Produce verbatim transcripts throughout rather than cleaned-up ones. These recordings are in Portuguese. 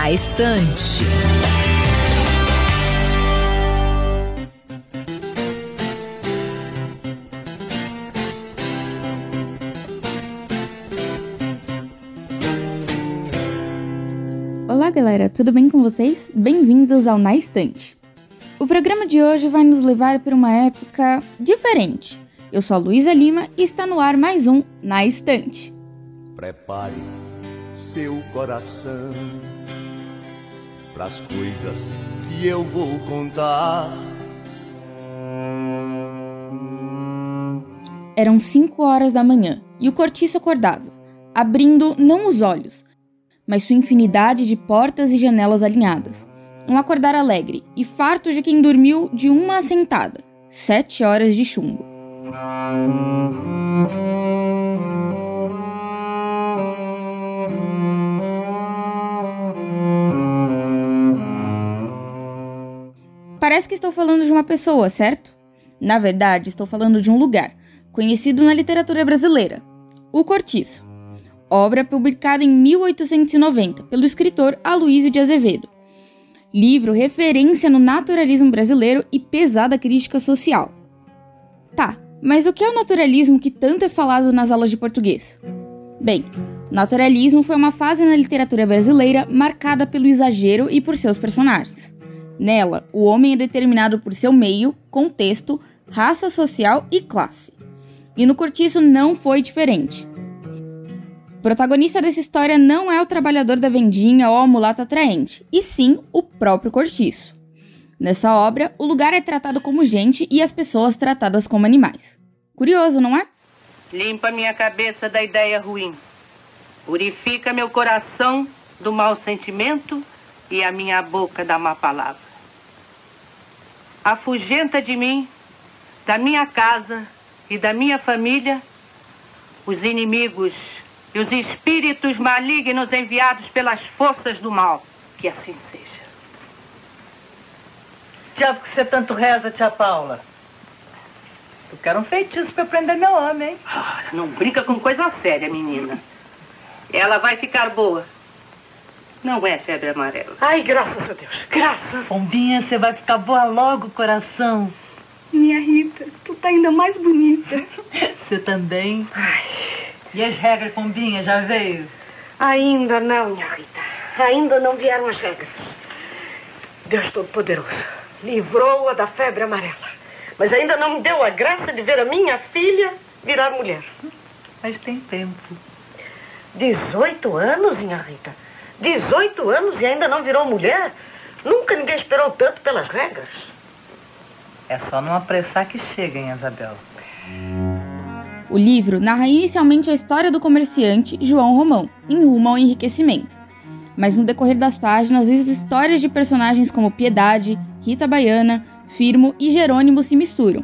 Na Estante. Olá galera, tudo bem com vocês? Bem-vindos ao Na Estante. O programa de hoje vai nos levar para uma época diferente. Eu sou a Luísa Lima e está no ar mais um Na Estante. Prepare seu coração pras coisas que eu vou contar. Eram cinco horas da manhã e o cortiço acordava, abrindo não os olhos, mas sua infinidade de portas e janelas alinhadas. Um acordar alegre e farto de quem dormiu de uma assentada. Sete horas de chumbo. Parece que estou falando de uma pessoa, certo? Na verdade, estou falando de um lugar, conhecido na literatura brasileira. O Cortiço. Obra publicada em mil oitocentos e noventa pelo escritor Aloísio de Azevedo. Livro referência no naturalismo brasileiro e pesada crítica social. Tá, mas o que é o naturalismo que tanto é falado nas aulas de português? Bem, naturalismo foi uma fase na literatura brasileira marcada pelo exagero e por seus personagens. Nela, o homem é determinado por seu meio, contexto, raça social e classe. E no Cortiço não foi diferente. O protagonista dessa história não é o trabalhador da vendinha ou a mulata atraente, e sim o próprio Cortiço. Nessa obra, o lugar é tratado como gente e as pessoas tratadas como animais. Curioso, não é? Limpa minha cabeça da ideia ruim. Purifica meu coração do mau sentimento e a minha boca da má palavra. Afugenta de mim, da minha casa e da minha família, os inimigos e os espíritos malignos enviados pelas forças do mal. Que assim seja. Diabo que você tanto reza, tia Paula. Eu quero um feitiço pra prender meu homem, hein? Ah, não brinca com coisa séria, menina. Ela vai ficar boa. Não é febre amarela. Ai, graças a Deus, graças. Pombinha, você vai ficar boa logo, coração. Minha Rita, tu tá ainda mais bonita. Você também. Ai. E as regras, Pombinha, já veio? Ainda não, minha Rita. Ainda não vieram as regras. Deus Todo-Poderoso livrou-a da febre amarela. Mas ainda não me deu a graça de ver a minha filha virar mulher. Mas tem tempo. dezoito anos, minha Rita. dezoito anos e ainda não virou mulher? Nunca ninguém esperou tanto pelas regras. É só não apressar que chega, hein, Isabel? O livro narra inicialmente a história do comerciante João Romão, em rumo ao enriquecimento. Mas no decorrer das páginas, as histórias de personagens como Piedade, Rita Baiana, Firmo e Jerônimo se misturam.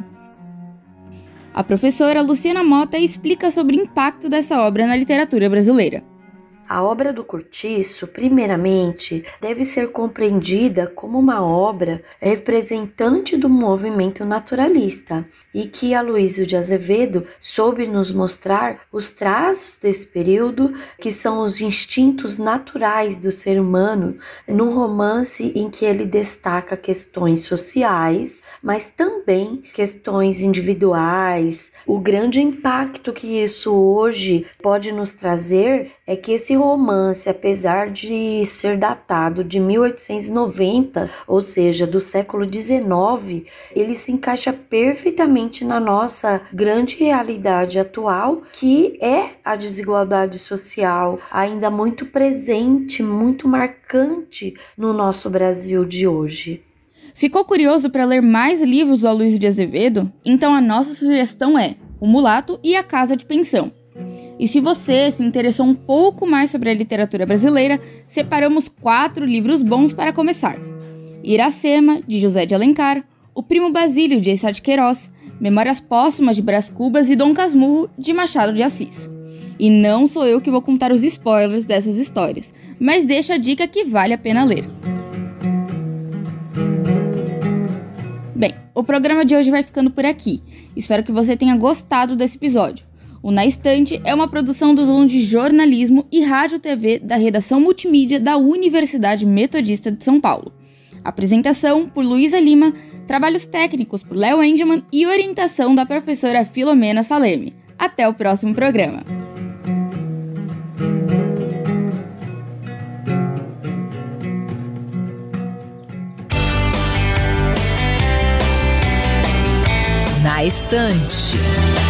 A professora Luciana Mota explica sobre o impacto dessa obra na literatura brasileira. A obra do Cortiço, primeiramente, deve ser compreendida como uma obra representante do movimento naturalista e que Aloísio de Azevedo soube nos mostrar os traços desse período, que são os instintos naturais do ser humano, num romance em que ele destaca questões sociais, mas também questões individuais. O grande impacto que isso hoje pode nos trazer é que esse romance, apesar de ser datado de mil oitocentos e noventa, ou seja, do século dezenove, ele se encaixa perfeitamente na nossa grande realidade atual, que é a desigualdade social, ainda muito presente, muito marcante no nosso Brasil de hoje. Ficou curioso para ler mais livros do Aloísio de Azevedo? Então a nossa sugestão é O Mulato e a Casa de Pensão. E se você se interessou um pouco mais sobre a literatura brasileira, separamos quatro livros bons para começar. Iracema, de José de Alencar, O Primo Basílio, de Eça de Queiroz, Memórias Póstumas, de Brás Cubas e Dom Casmurro, de Machado de Assis. E não sou eu que vou contar os spoilers dessas histórias, mas deixo a dica que vale a pena ler. Bem, o programa de hoje vai ficando por aqui. Espero que você tenha gostado desse episódio. O Na Estante é uma produção dos alunos de jornalismo e rádio-T V da redação multimídia da Universidade Metodista de São Paulo. Apresentação por Luísa Lima, trabalhos técnicos por Léo Engelman e orientação da professora Filomena Saleme. Até o próximo programa. Na Estante.